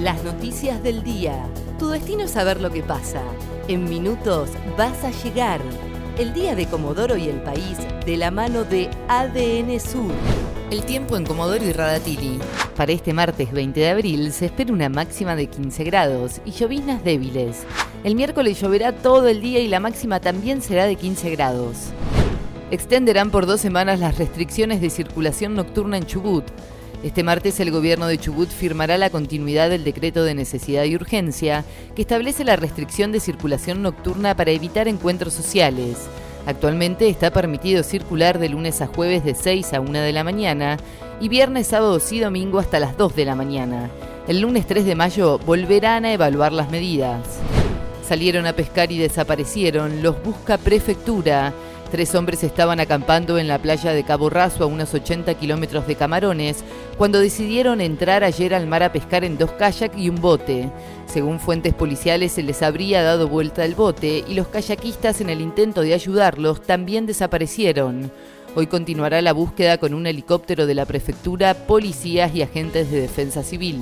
Las noticias del día. Tu destino es saber lo que pasa. En minutos vas a llegar. El día de Comodoro y el país de la mano de ADN Sur. El tiempo en Comodoro y Radatili. Para este martes 20 de abril se espera una máxima de 15 grados y lloviznas débiles. El miércoles lloverá todo el día y la máxima también será de 15 grados. Extenderán por 2 semanas las restricciones de circulación nocturna en Chubut. Este martes el gobierno de Chubut firmará la continuidad del decreto de necesidad y urgencia que establece la restricción de circulación nocturna para evitar encuentros sociales. Actualmente está permitido circular de lunes a jueves de 6 a 1 de la mañana y viernes, sábados y domingo hasta las 2 de la mañana. El lunes 3 de mayo volverán a evaluar las medidas. Salieron a pescar y desaparecieron, los busca Prefectura. 3 hombres estaban acampando en la playa de Cabo Raso a unos 80 kilómetros de Camarones cuando decidieron entrar ayer al mar a pescar en 2 kayak y un bote. Según fuentes policiales se les habría dado vuelta el bote y los kayakistas en el intento de ayudarlos también desaparecieron. Hoy continuará la búsqueda con un helicóptero de la prefectura, policías y agentes de defensa civil.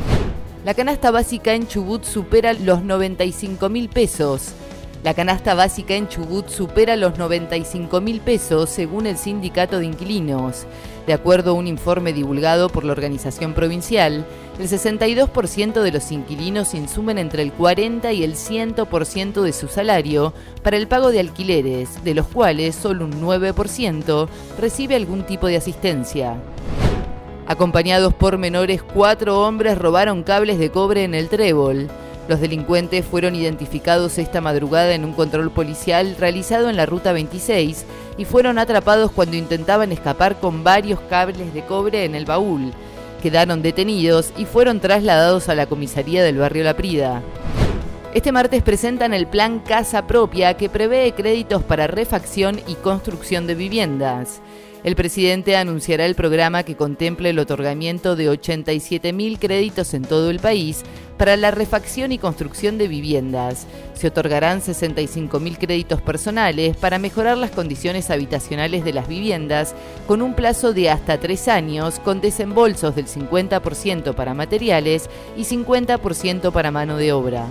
La canasta básica en Chubut supera los 95.000 pesos. La canasta básica en Chubut supera los 95.000 pesos según el sindicato de inquilinos. De acuerdo a un informe divulgado por la organización provincial, el 62% de los inquilinos insumen entre el 40 y el 100% de su salario para el pago de alquileres, de los cuales solo un 9% recibe algún tipo de asistencia. Acompañados por menores, 4 hombres robaron cables de cobre en el Trébol. Los delincuentes fueron identificados esta madrugada en un control policial realizado en la Ruta 26 y fueron atrapados cuando intentaban escapar con varios cables de cobre en el baúl. Quedaron detenidos y fueron trasladados a la comisaría del barrio La Prida. Este martes presentan el plan Casa Propia que prevé créditos para refacción y construcción de viviendas. El presidente anunciará el programa que contemple el otorgamiento de 87.000 créditos en todo el país para la refacción y construcción de viviendas. Se otorgarán 65.000 créditos personales para mejorar las condiciones habitacionales de las viviendas con un plazo de hasta 3 años, con desembolsos del 50% para materiales y 50% para mano de obra.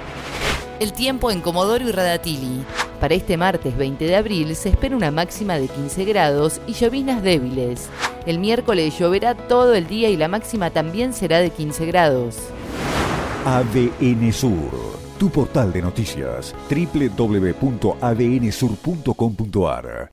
El tiempo en Comodoro y Radatili. Para este martes 20 de abril se espera una máxima de 15 grados y lloviznas débiles. El miércoles lloverá todo el día y la máxima también será de 15 grados. ADN Sur, tu portal de noticias, www.adnsur.com.ar